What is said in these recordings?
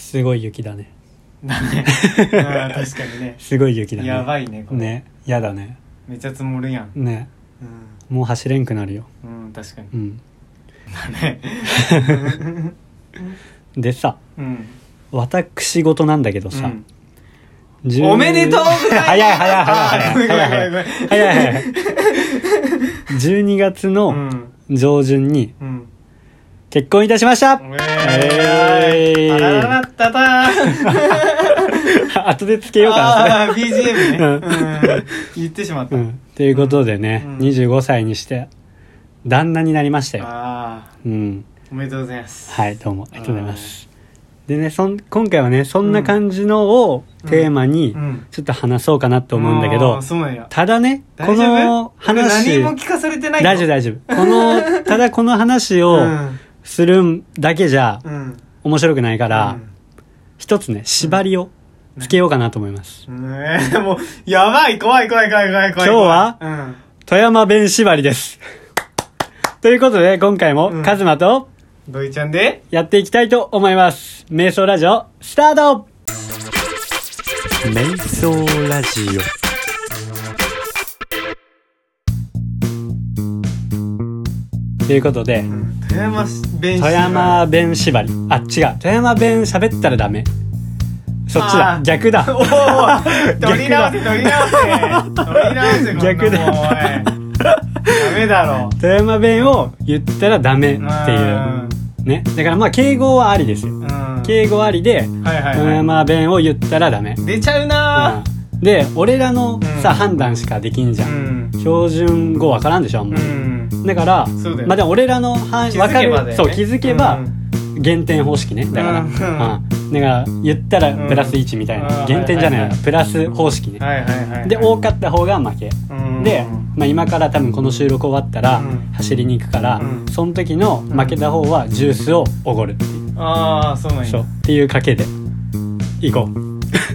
すごい雪だね。 だね確かにね。 すごい雪だね。 やばいねこれね、やだね。 めっちゃ積もるやん。 ね、 うもう走れんくなるよ。 ん、確かに。 うんだねでさ、 うん私事なんだけどさ、 うん 10 おめでとうございます早い早い早いごめんごめん早いごめん早い早い12月うのん上旬にうん結婚いたしました。 あらららったた後でつけようかなあー BGM ね、 うんうん、言ってしまった、 うんということでね、 うん 25歳にして旦那になりましたよ。 あうんーおめでとうございます。 はい、どうもありがとうございます。でね、今回はねそんな感じのをテーマにうんちょっと話そうかなと思うんだけど、 あーそうなんや。 ただねこ大丈夫の話俺何も聞かされてない大丈夫大丈夫ただこの話をうんするだけじゃうん面白くないから、一つね縛りをつけようかなと思います、 もうやばい、怖い怖い怖い怖い怖い。 今日はうん富山弁縛りですということで今回もうんカズマとドイちゃんでやっていきたいと思います。瞑想ラジオスタート。瞑想ラジオということで、 富山弁富山弁縛り、あ、違う、富山弁喋ったらダメ、そっちだ、逆だ。 おー取り直せ取り直せ逆だこんなもんおいダメだろ。 富山弁を言ったらダメっていうね。だからまあ敬語はありですよ。敬語ありで、 はいはい富はい。 山弁を言ったらダメ。 出ちゃうなうんで、俺らのさ、 うん判断しかできんじゃ。 うんん標準語わからんでしょあんまうり。 ん。 だから、 そうだよまあでも俺らの気わかるづけばだよね。 そう気づけば、 うん減点方式ね。だから、 うんだから言ったらプラス1みたいな、 うん減点じゃないはいはいはいプラス方式ね。 はいはいはい。 で多かった方が負け。 うんで、まあ、今から多分この収録終わったらうん走りに行くから、 うんその時の負けた方はジュースをおごるっていう、 ああそうなんや。 そうっていう賭けで行こう。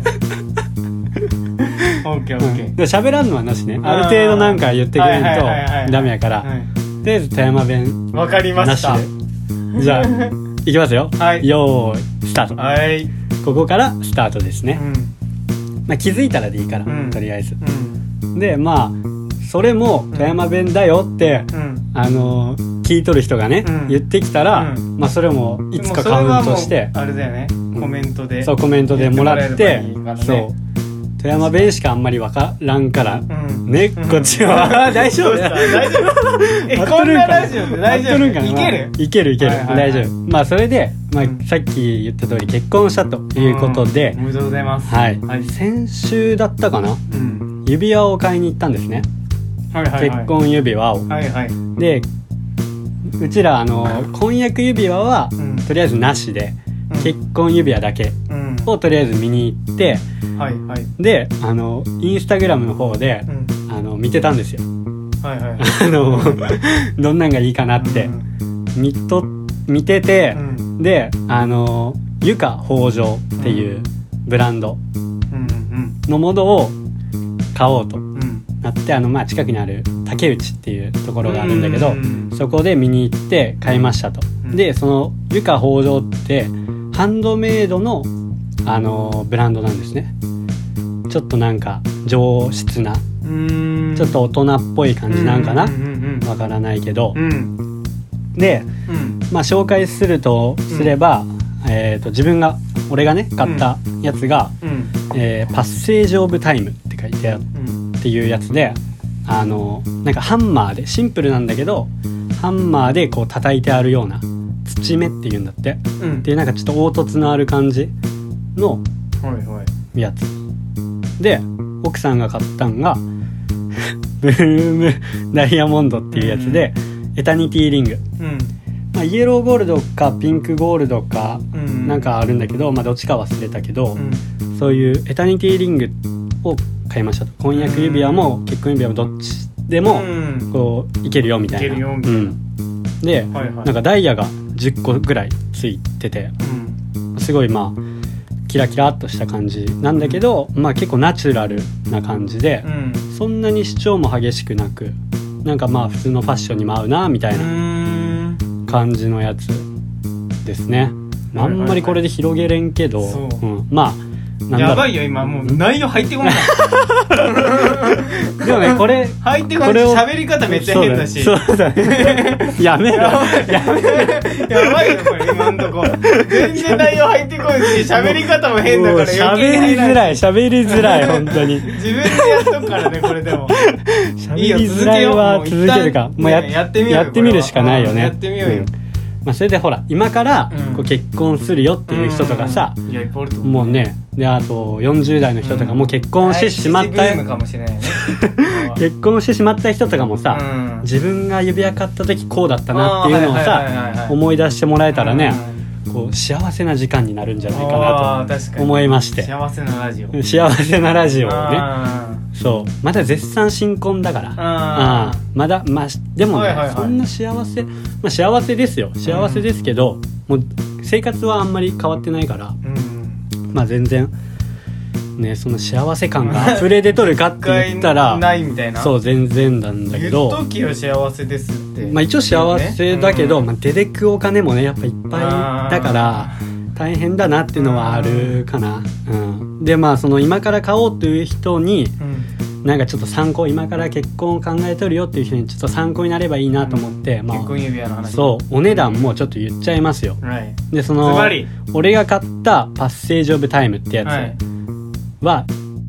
オッケーオッケー。 で喋らんのはなしね。ある程度なんか言ってくれんはいはいはいはいとダメやから、 はいとりあえず富山弁わかりまなしした。 でじゃあいきますよ、 はいよーいスタート、 はい。 ここからスタートですね、 うんまあ、気づいたらでいいから、 うんとりあえずうんでまあそれも富山弁だよって、 うん。 聞いとる人がね、 うん言ってきたら、 うんまあそれもいつかカウントしてでもそれはもうあれだよね。コメントで。 そうコメントでもらって言ってもらえればいいからねそう富山弁しかあんまりわからんから、 うん。 ねこっちは大丈夫どうした大丈夫。 合っこんとるんかななラジオって大丈夫。 合っとるんかないける。 いけるいける、 はいはいはい大丈夫。まあそれで、まあうんさっき言った通り結婚したということで、 おめでとうございます。 はい、 はい。 先週だったかな、 うん。 指輪を買いに行ったんですね、 はいはいはい。 結婚指輪を。 はいはい。 でうちら婚約指輪はうん。 とりあえずなしで、 うん結婚指輪だけうん。 をとりあえず見に行って、 はいはい。 でインスタグラムの方でうん。 見てたんですよ。 はいはい。 どんなんがいいかなって見てて、 うん。 でゆか豊穣っていうブランドうんのものを買おうとうん。うん。 なってまあ、近くにある竹内っていうところがあるんだけど、 うんそこで見に行って買いましたと、 うんでそのゆか豊穣ってハンドメイドの、ブランドなんですね。ちょっとなんか上質なうん。 ちょっと大人っぽい感じなんかな、 うんうんわからないけど、 うん。 でうん。 まあ紹介するとすれば、俺がね買ったやつが、 うん。 パッセージオブタイムって書いてあるうん。 っていうやつでなんかハンマーでシンプルなんだけどハンマーでこう叩いてあるような土目っていうんだってうん。 でなんかちょっと凹凸のある感じのはいはい。 やつで奥さんが買ったんがブルームダイヤモンドっていうやつで、エタニティリング、 うん。 まあ、イエローゴールドかピンクゴールドかうん。 なんかあるんだけど、まあ、どっちか忘れたけど、 うん。 そういうエタニティリングを買いましたと。婚約指輪も結婚指輪もどっちでもうん。 こういけるよみたいな。 いけるよみたいなうん、で、 はいはい。 なんかダイヤが10個ぐらいついててうん。 すごいまあキラキラっとした感じなんだけど、まあ結構ナチュラルな感じでう、ん。 そんなに主張も激しくなく、なんかまあ普通のファッションにも合うなみたいなうん。 感じのやつですね。 あんまりこれで広げれんけど、まあなんだろう、 やばいよ今もう内容入ってこないでもねこれ入ってこないし喋り方めっちゃ変だし、 そうだねやめろやばいよこれ今んとこ全然内容入ってこないし喋り方も変だから余計に喋りづらい本当に自分でやっとくからねこれでも喋りづらいは続けるか、もうやってみるしかないよね。 やってみようよ、 まあ、それでほら今からうんこう結婚するよっていう人とかさ、 いやいっぱいおると思うもうねであと40代の人とかもう結婚してしまった、 ブームかもしれないね結婚してしまった人とかもさ、 うん自分が指輪買った時こうだったなっていうのをはいはいはいはいさはい思い出してもらえたらね、こう幸せな時間になるんじゃないかなと思いまして、 幸せなラジオ幸せなラジオをね、 あそうまだ絶賛新婚だからあまだまあでもね、 はいはいはいそんな幸せ、まあ、幸せですよ幸せですけど、もう生活はあんまり変わってないから、まあ全然ねその幸せ感が溢れ出とるかって言ったらないみたいなそう全然なんだけど、 言っときよ幸せですってまあ一応幸せだけど、まあ、出てくお金もねやっぱいっぱいあーだから大変だなっていうのはあるかな、でまあその今から買おうという人になんかちょっと参考、今から結婚を考えとるよっていう人にちょっと参考になればいいなと思って、まあ結婚指輪の話そうお値段もちょっと言っちゃいますよ。 はいでそのズバリ俺が買ったパッセージオブタイムってやつはいは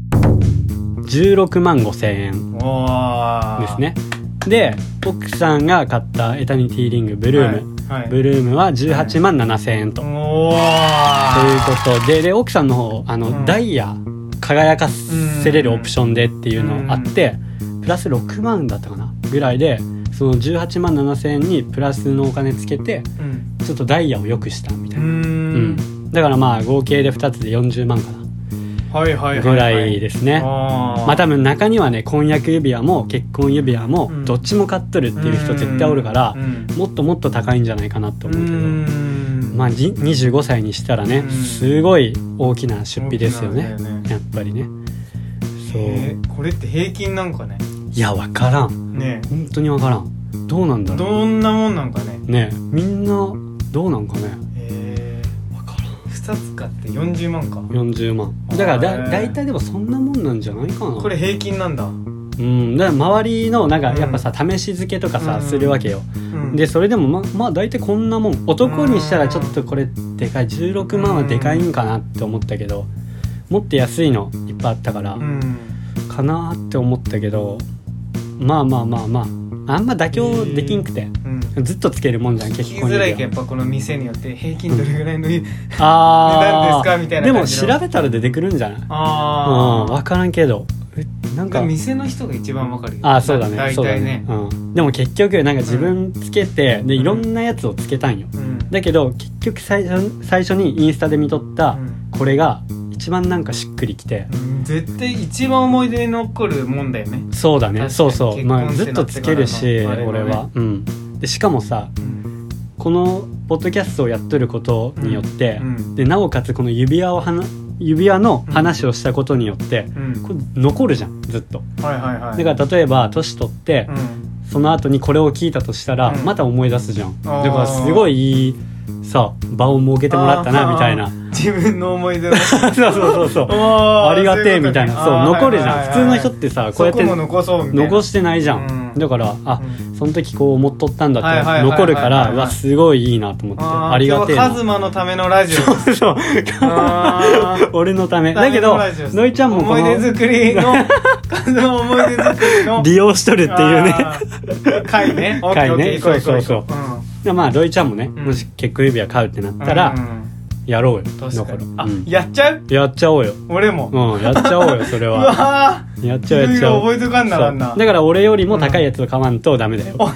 16万5千円おーですね。で奥さんが買ったエタニティリングブルーム、 はいはいブルームは18万7千円と、 おというーことで奥さんの方ダイヤ輝かせれるオプションでっていうのあって、プラス6万だったかなぐらいでその18万7千円にプラスのお金つけてちょっとダイヤを良くしたみたいな、だからまあ合計で2つで40万かなはいはいはいぐらいですね。 ままあ多分中にはね婚約指輪も結婚指輪もどっちも買っとるっていう人絶対おるから、もっともっと高いんじゃないかなと思うけど、まあ25歳にしたらねすごい大きな出費ですよね、やっぱりね。そうこれって平均なんかね。 いや分からんね本当に分からん。どうなんだろうどんなもんなんかね。 ねみんなどうなんかね分からん。 2つ買って40万か。 40万だからだいたいでもそんなもんなんじゃないかな。 これ平均なんだ。 うんだから周りのなんかやっぱさ、試し付けとかさ、するわけよ、でそれでもまあ大体こんなもん。男にしたらちょっとこれでかい16万はでかいんかなって思ったけど、もっと安いのいっぱいあったから、かなって思ったけど、まああんま妥協できんくて、ずっとつけるもんじゃん結婚指輪。 聞きづらいけどやっぱこの店によって平均どれぐらいの値段ですかみたいなでも感じの。 調べたら出てくるんじゃない？分からんけどなんか店の人が一番わかるよ。 そうだね大体ね。 でも結局なんか自分つけて、でいろんなやつをつけたんよ、だけど結局最初にインスタで見とったこれが一番なんかしっくりきて、 絶対一番思い出に残るもんだよね。 そうだね。そうまあずっとつけるし結婚してなってからの俺は、でしかもさ、このポッドキャストをやっとることによって、でなおかつこの指輪の話をしたことによって、これ残るじゃんずっと。だから例えば年取って、その後にこれを聞いたとしたら、また思い出すじゃん。だからすごいいいさ場を設けてもらったなみたいな。 自分の思い出のそうありがてえみたいな。そう残るじゃん。普通の人ってさこうやって残してないじゃん。だからその時こう思っとったんだって残るから、うわすごいいいなと思って、ありがてえな。 カズマのためのラジオ。 そう俺のためだけど、のいちゃんも思い出作りのカズマ思い出作りの利用しとるっていうね回ね。 そうまあロイちゃんもね、もし結婚指輪買うってなったらやろうよ。だからやっちゃう？ やっちゃおうよ。 俺もやっちゃおうよそれは。やっちゃう覚えとかんならんな。 だから俺よりも高いやつを買わんとダメだよ。おい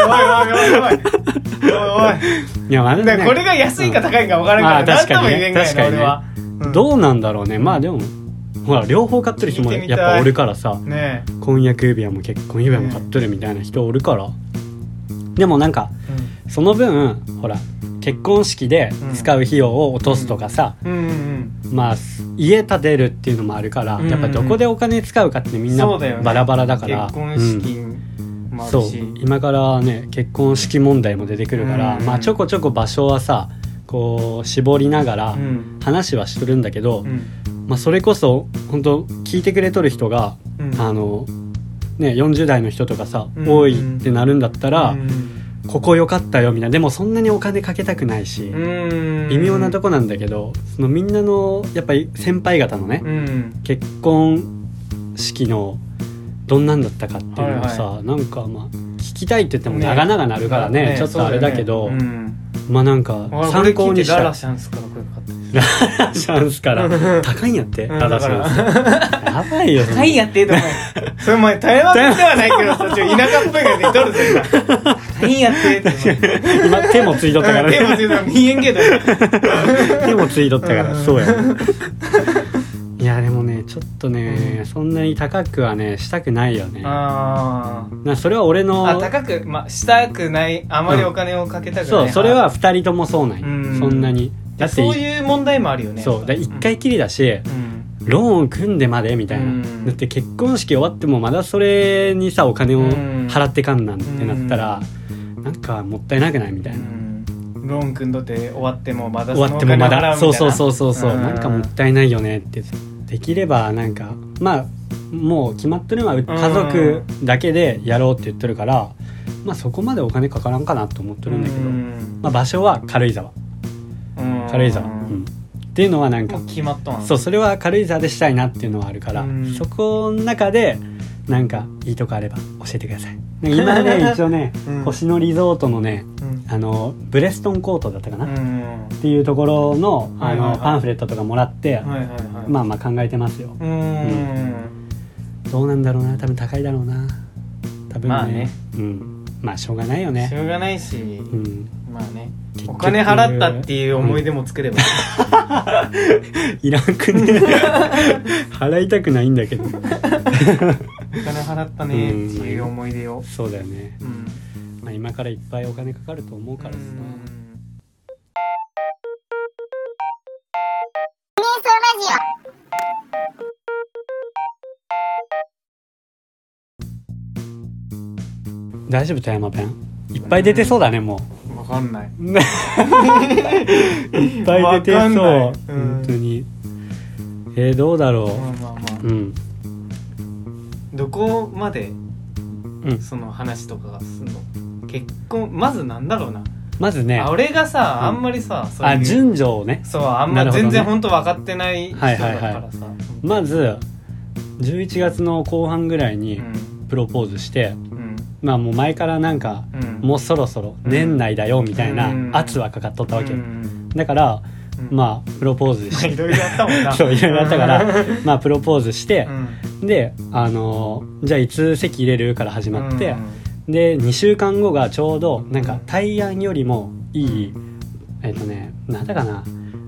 いやまだね、 これが安いか高いか分からんから何とも言えんがいな俺は。 どうなんだろうね。まあでもほら両方買ってる人もやっぱおるからさ、婚約指輪も結婚指輪も買ってるみたいな人おるから。でもなんかその分ほら結婚式で使う費用を落とすとかさ、まあ家建てるっていうのもあるから、やっぱどこでお金使うかってみんなバラバラだから、 結婚式もあるし、 今からね結婚式問題も出てくるから、まあちょこちょこ場所はさこう絞りながら話はしとるんだけど、まあ、それこそ本当聞いてくれとる人が、40代の人とかさ、多いってなるんだったら、ここ良かったよみたいな。でもそんなにお金かけたくないし、微妙なとこなんだけど、そのみんなのやっぱり先輩方のね、結婚式のどんなんだったかっていうのをさ、なんかまあ聞きたいって言っても長々なるからね、ちょっとあれだけど、まあなんか参考にしたい。 ララシャンスから声かかってララシャンスから高いんやって、ララシャンスやばいよ、 高いんやってとかそれ前台湾ではないけどさ、田舎っぽいから出とるぜ今高いんやって今手もついとったからね。 手もついとったら見えんけど手もついとったからそうやいやでもねちょっとね、そんなに高くはねしたくないよね。それは俺の高く、したくない、あまりお金をかけたくない、 そう、それは2人ともそうなんよ、そんなに。 だってそういう問題もあるよね。 そうだ、1回きりだし、ローン組んでまでみたいな、だって結婚式終わってもまだそれにさお金を払ってかんなんてなったら、なんかもったいなくないみたいな、 ローン組んどって終わってもまだそのお金払うみたいな、そうなんかもったいないよねって。できればなんかまあもう決まってるのは家族だけでやろうって言ってるから、まあそこまでお金かからんかなと思ってるんだけど、まあ場所は軽井沢、っていうのはなんか決まったん。 そう、それは軽井沢でしたいなっていうのはあるから、そこの中でなんかいいとこあれば教えてください。今ね一応ね、星野リゾートのね、ブレストンコートだったかな、っていうところの、パンフレットとかもらって、まあまあ考えてますよ。どうなんだろうな、多分高いだろうな、多分ね。まあね、まあしょうがないよね。 しょうがないし、まあね、お金払ったっていう思い出も作れば、 いらんくね払いたくないんだけどお金払ったねっていう思い出を、 そうだよね、まあ、今からいっぱいお金かかると思うからさ。大丈夫？富山弁いっぱい出てそうだね。もう分かんないいっぱい出てそう、本当に。どうだろう。 どこまでその話とかがすんの？結婚まずなんだろうな。 まずね、 俺がさ、あんまりさ、 そういう順序をね、 そうあんま全然本当分かってない人だからさ、 まず11月の後半ぐらいにプロポーズして、まあもう前からなんか、もうそろそろ年内だよみたいな圧はかかっとったわけよ、だからまあプロポーズしていろいろあったもんなそういろいろあったからまあプロポーズして、でじゃあいつ籍入れるから始まって、で2週間後がちょうどなんか大安よりもいい、なんだかな、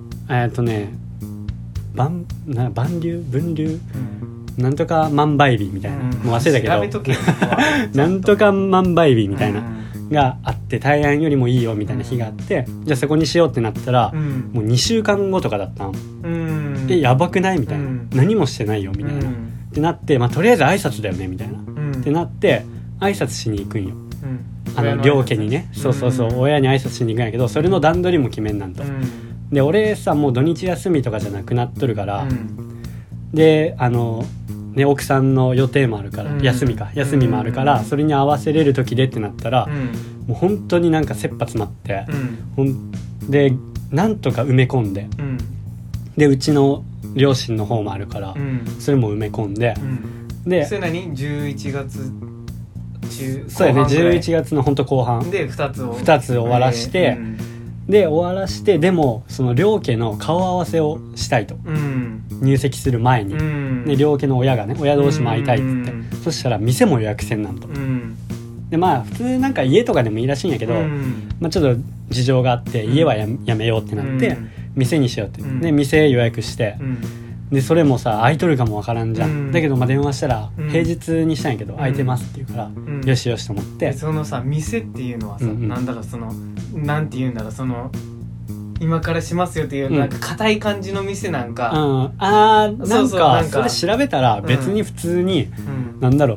万流分流、なんとか万倍日みたいな、もう忘れたけどなんとか万倍日みたいな、があって、大安よりもいいよみたいな日があって、じゃあそこにしようってなったら、もう2週間後とかだったん、やばくないみたいな、何もしてないよみたいな、ってなって、まあとりあえず挨拶だよねみたいな、ってなって挨拶しに行くんよ、両家にね、そう親に挨拶しに行くんやけど、それの段取りも決めんなんと、で俺さもう土日休みとかじゃなくなっとるから、で奥さんの予定もあるから、休みもあるから、それに合わせれる時でってなったら、もう本当になんか切羽詰まって、でなんとか埋め込んで、でうちの両親の方もあるから、それも埋め込んで、でそれ何11月そうやね、11月の本当後半で2つ終わらして、ででもその両家の顔合わせをしたいと、入籍する前に、で両家の親がね、親同士も会いたいって言って、そしたら店も予約せんなんと、でまあ普通なんか家とかでもいいらしいんやけど、まあ、ちょっと事情があって家はやめようってなって、店にしようって、で店予約して、でそれもさ空いとるかもわからんじゃん、だけどまあ電話したら平日にしたんやけど空いてますって言うから、よしよしと思って、 そのさ店っていうのはさ、なんだろう、そのなんて言うんだろう、その今からしますよっていうなんか硬い感じの店なんか、 なんかそれ調べたら別に普通に、なんだろう、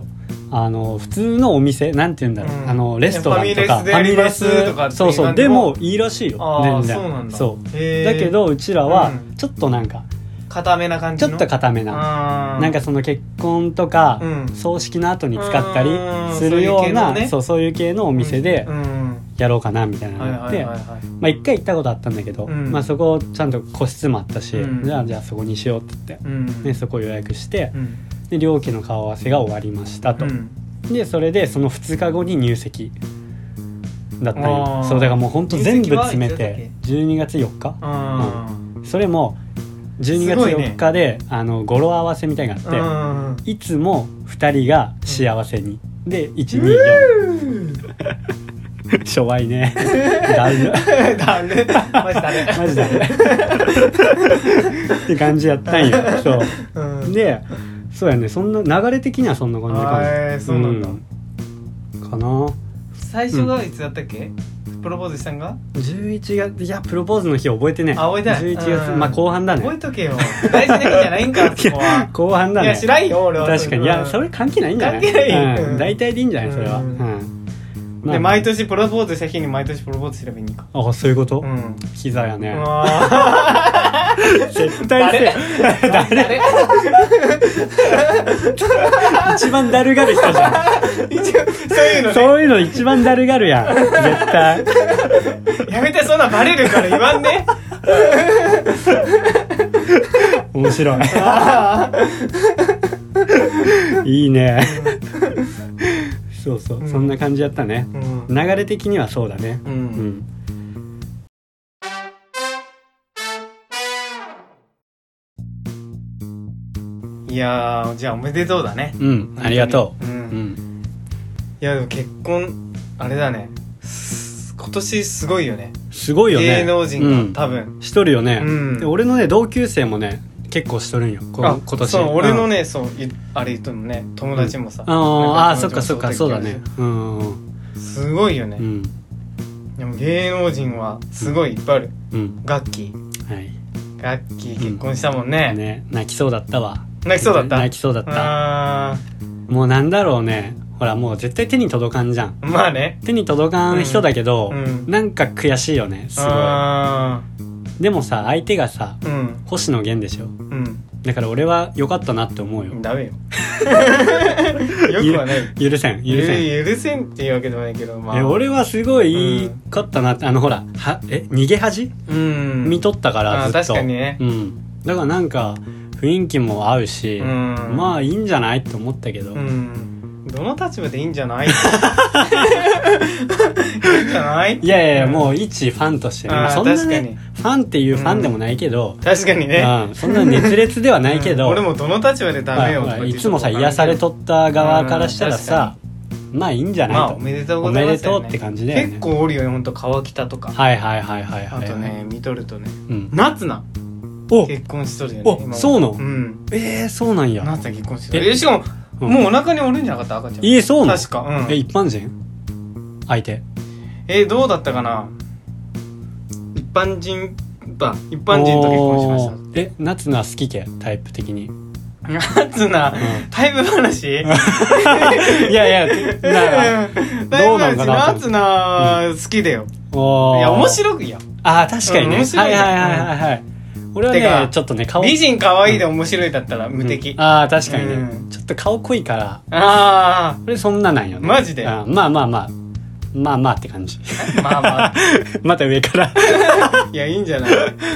普通のお店なんて言うんだろう、レストランとかファミレスとかそうそうでもいいらしいよ全然。 そうなんだ。 そうだけどうちらはちょっとなんか固めな感じの、 ちょっと固めな、なんかその結婚とか、葬式の後に使ったりするような、そういう系のお店でやろうかなみたいなのがあって、一回行ったことあったんだけど、そこちゃんと個室もあったし、じゃあそこにしようって言って、でそこ予約して、で両家の顔合わせが終わりましたと、でそれでその2日後に入籍だったり、そうだからもうほんと全部詰めて12月4日、それも12月4日で、語呂合わせみたいなのがあって、いつも2人が幸せに、で124しょわいねだるだるマジだるマジだるって感じやったんよ。そう、でそうやね、そんな流れ的にはそんな感じかな。 そうなんだ、 かな。 最初がいつだったっけ、プロポーズしたんが 11月。いやプロポーズの日覚えてね。 覚えてない。 11月、まあ後半だね。 覚えとけよ、大事な日じゃないんかそこは後半だね。 いや知らんよ俺は。 確かに。いやそれ関係ないんじゃない。 関係ない、 大体でいいんじゃないそれは。 で毎年プロポーズした日に毎年プロポーズすればいいんか。 あ、そういうこと。キザやね。絶対誰一番だるがる人じゃん。そういうの一番だるがるやん絶対。 やめて、そんなバレるから言わんね。 面白いいいね。そうそう、そんな感じやったね、流れ的にはそうだね。 いやじゃあおめでとうだね。 ありがとう。 いやでも結婚あれだね、今年すごいよね。 すごいよね、 芸能人が多分しとるよね。で俺のね同級生もね結構しとるんよ今年。 そう俺のね、そうあれ言っとるのね、友達もさ、 そっかそっか、そうだね。 すごいよね。でも芸能人はすごいいっぱいある。ガッキー、はい、ガッキー結婚したもんね。 ね、泣きそうだったわ。 泣きそうだった。 泣きそうだった。もうなんだろうね、ほらもう絶対手に届かんじゃん。 まあね、 手に届かん人だけど、なんか悔しいよね、すごい。でもさ相手がさ、星野源でしょ、だから俺は良かったなって思うよ。 ダメよよくはない。 許せんっていうわけではないけど、 俺はすごいいいかったなって。ほら逃げ恥見とったからずっと。 確かにね。 だからなんか雰囲気も合うし、まあいいんじゃないって思ったけど、 どの立場でいいんじゃないいいんじゃない。 いやいや、もう一ファンとしてね、そんなねファンっていうファンでもないけど、 確かにね、 そんな熱烈ではないけど、 俺もどの立場でダメよとかいつもさ癒されとった側からしたらさ、まあいいんじゃないと。 おめでとうございますよね。 おめでとうって感じだよね。 結構おるよね、ほんと川北とか。 はいあとね見とるとね、夏菜結婚しとるよね。 そうなの。そうなんや。 夏菜結婚しとる。しかももうお腹におるんじゃなかった赤ちゃん。 そうなの。 確か。 一般人相手。 どうだったかな。一般人と結婚しました。 夏菜好き系タイプ的に。 夏菜タイプ話。いやどうなんかな。 夏菜好きだよ。いや面白くや。 確かにね。はい俺はねちょっとね美人可愛いで面白いだったら無敵。 確かにね、ちょっと顔濃いからこれそんななんよね。 マジで。 まあって感じ。また上からいやいいんじゃない。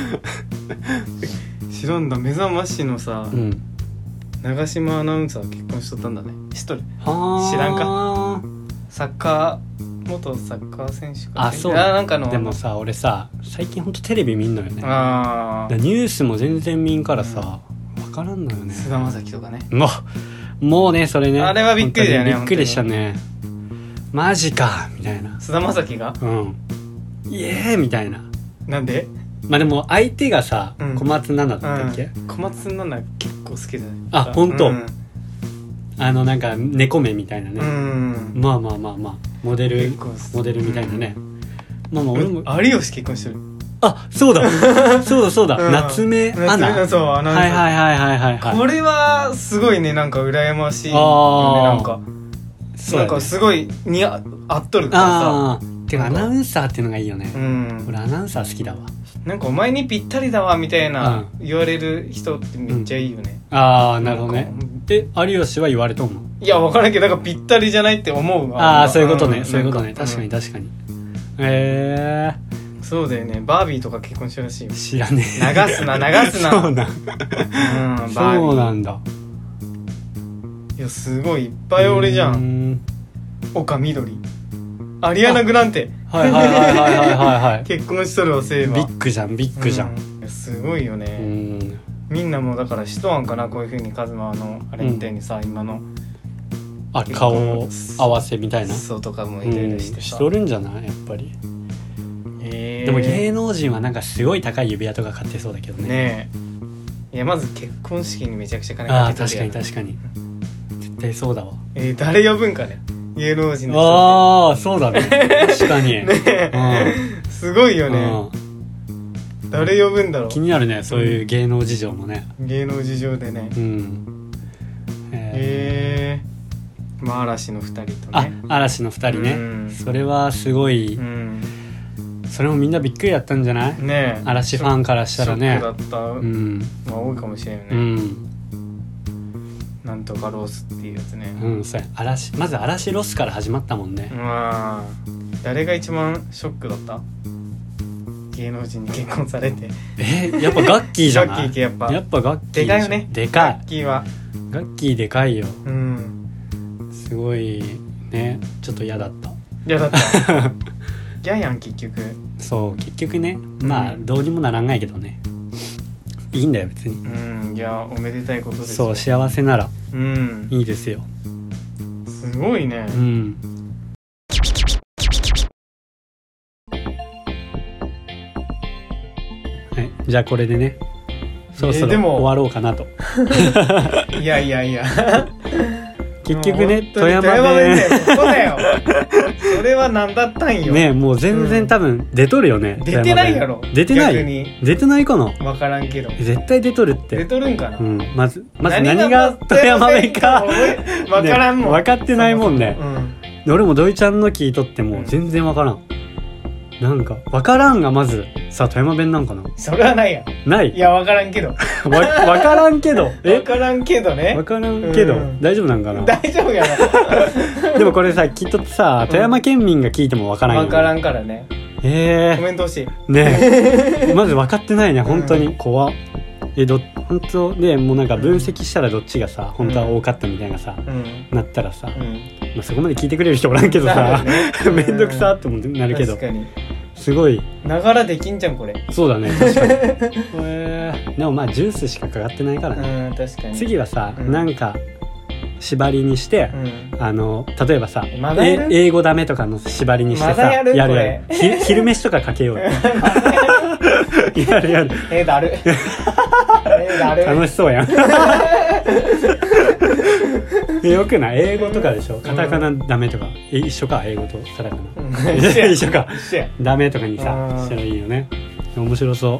知らんだ、目覚ましのさ、長島アナウンサー結婚しとったんだね。知っとる？知らんか？元サッカー選手か。 そうなんかの。でもさ俺さ最近ほんとテレビ見んのよね。ニュースも全然見んからさ分からんのよね。 菅田将暉とかね。 もうねそれね、 あれはびっくりだよね。 びっくりしたね。マジかみたいな。 菅田将暉がイエーイみたいな。 なんで？ でも相手がさ小松菜奈だったっけ。 小松菜奈結構好きだね。 本当。なんか猫目みたいなね。まあモデルみたいなね。俺も有吉結婚してる。 そうだ夏目アナ。 そうアナウンサー。 はい。 これはすごいね、なんか羨ましいよね。なんかなんかすごい似合っとるからさ。 てかアナウンサーっていうのがいいよね。俺アナウンサー好きだわ。 なんかお前にぴったりだわみたいな言われる人ってめっちゃいいよね。 ああ、なるほどね。で有吉は言われとんの？ いや分からんけど、なんかぴったりじゃないって思うわ。 ああ、そういうことね、そういうことね。確かに確かに。 そうだよね。バービーとか結婚してるらしいよ。 知らねえ。 流すなそうなんそうなんだ。 いやすごいいっぱい俺じゃん。岡みどり、アリアナグランテ、結婚しとるわ。そういえばビッグじゃんビッグじゃん。 すごいよね。みんなもだからしとわんかな、こういう風にカズマあれみたいにさ、今の顔合わせみたいなそうとかもいろいろしてさ、 しとるんじゃないやっぱり。でも芸能人はなんかすごい高い指輪とか買ってそうだけどね。 ねえ。いやまず結婚式にめちゃくちゃ金かけてるやん。 確かに絶対そうだわ。 誰呼ぶんかね、芸能人の人って。 ああそうだね確かにね、すごいよね。誰呼ぶんだろう。 気になるね、そういう芸能事情もね。 芸能事情でね。まあ嵐の2人とね。 嵐の2人ね。それはすごい。それもみんなびっくりだったんじゃない？ねえ。嵐ファンからしたらね。 ショックだった。多いかもしれんね。なんとかロスっていうやつね。 そうや。まず嵐ロスから始まったもんね。 誰が一番ショックだった？芸能人に結婚されて。 やっぱガッキーじゃない？ ガッキーやっぱガッキーでかいよね。 でかい。 ガッキーは。 ガッキーでかいよ。すごいね。ちょっと嫌だった。 嫌だった。ギャヤン結局。 そう結局ね。まあどうにもならんないけどね。いいんだよ別に。 いやおめでたいことです。 そう幸せならいいですよ。 すごいね。 じゃあこれでねそろそろ終わろうかなと。 いや結局ね富山弁だよ。ここだよ。それは何だったんよね。もう全然多分出とるよね。 出てないやろ。 出てない出てないかな。 分からんけど絶対出とるって。 出とるんかな。 まず何が富山弁か分からんもん。 分かってないもんね。俺も土井ちゃんの聞いとっても全然分からん。なんか分からんがまずさ富山弁なんかな。 それはないやない。 いや分からんけど分からんけど分からんけどね。 分からんけど大丈夫なんかな。 大丈夫やな。 でもこれさきっとさ富山県民が聞いても分からんよね。 分からんからね。コメント欲しいね。まず分かってないね本当に。怖っ。本当でもうなんか分析したらどっちがさ本当は多かったみたいなさなったらさそこまで聞いてくれる人おらんけどさめんどくさってもなるけどすごいながらできんじゃんこれ。 そうだね確かに。でもまあジュースしかかかってないからね。 確かに。次はさなんか縛りにして例えばさ英語ダメとかの縛りにしてさやる昼飯とかかけようよ。やるだる楽しそうやん。よくない？英語とかでしょ。カタカナダメとか一緒か。英語とカタカナ一緒か。ダメとかにさしたらいいよね。面白そう。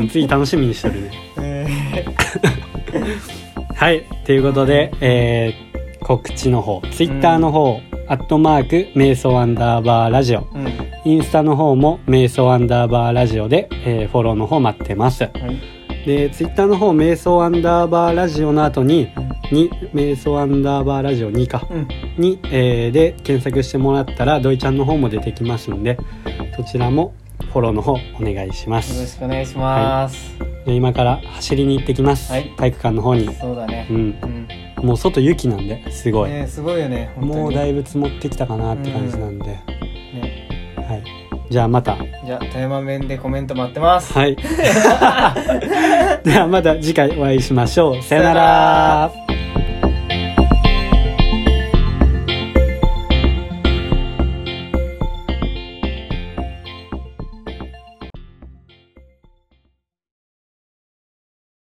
次楽しみにしてるね。はいということで告知の方ツイッターの方@瞑想_ラジオインスタの方も瞑想_ラジオでフォローの方待ってます。でツイッターの方瞑想_ラジオの後に瞑想_ラジオ2かにで検索してもらったらドイちゃんの方も出てきますんでそちらもフォローの方お願いします。 よろしくお願いします。 で今から走りに行ってきます。体育館の方に。 そうだね。 もう外雪なんですごい。 すごいよね。 もうだいぶ積もってきたかなって感じなんで。じゃあまた。 じゃあ富山弁でコメント待ってます。 はい。ではまた次回お会いしましょう。さよなら。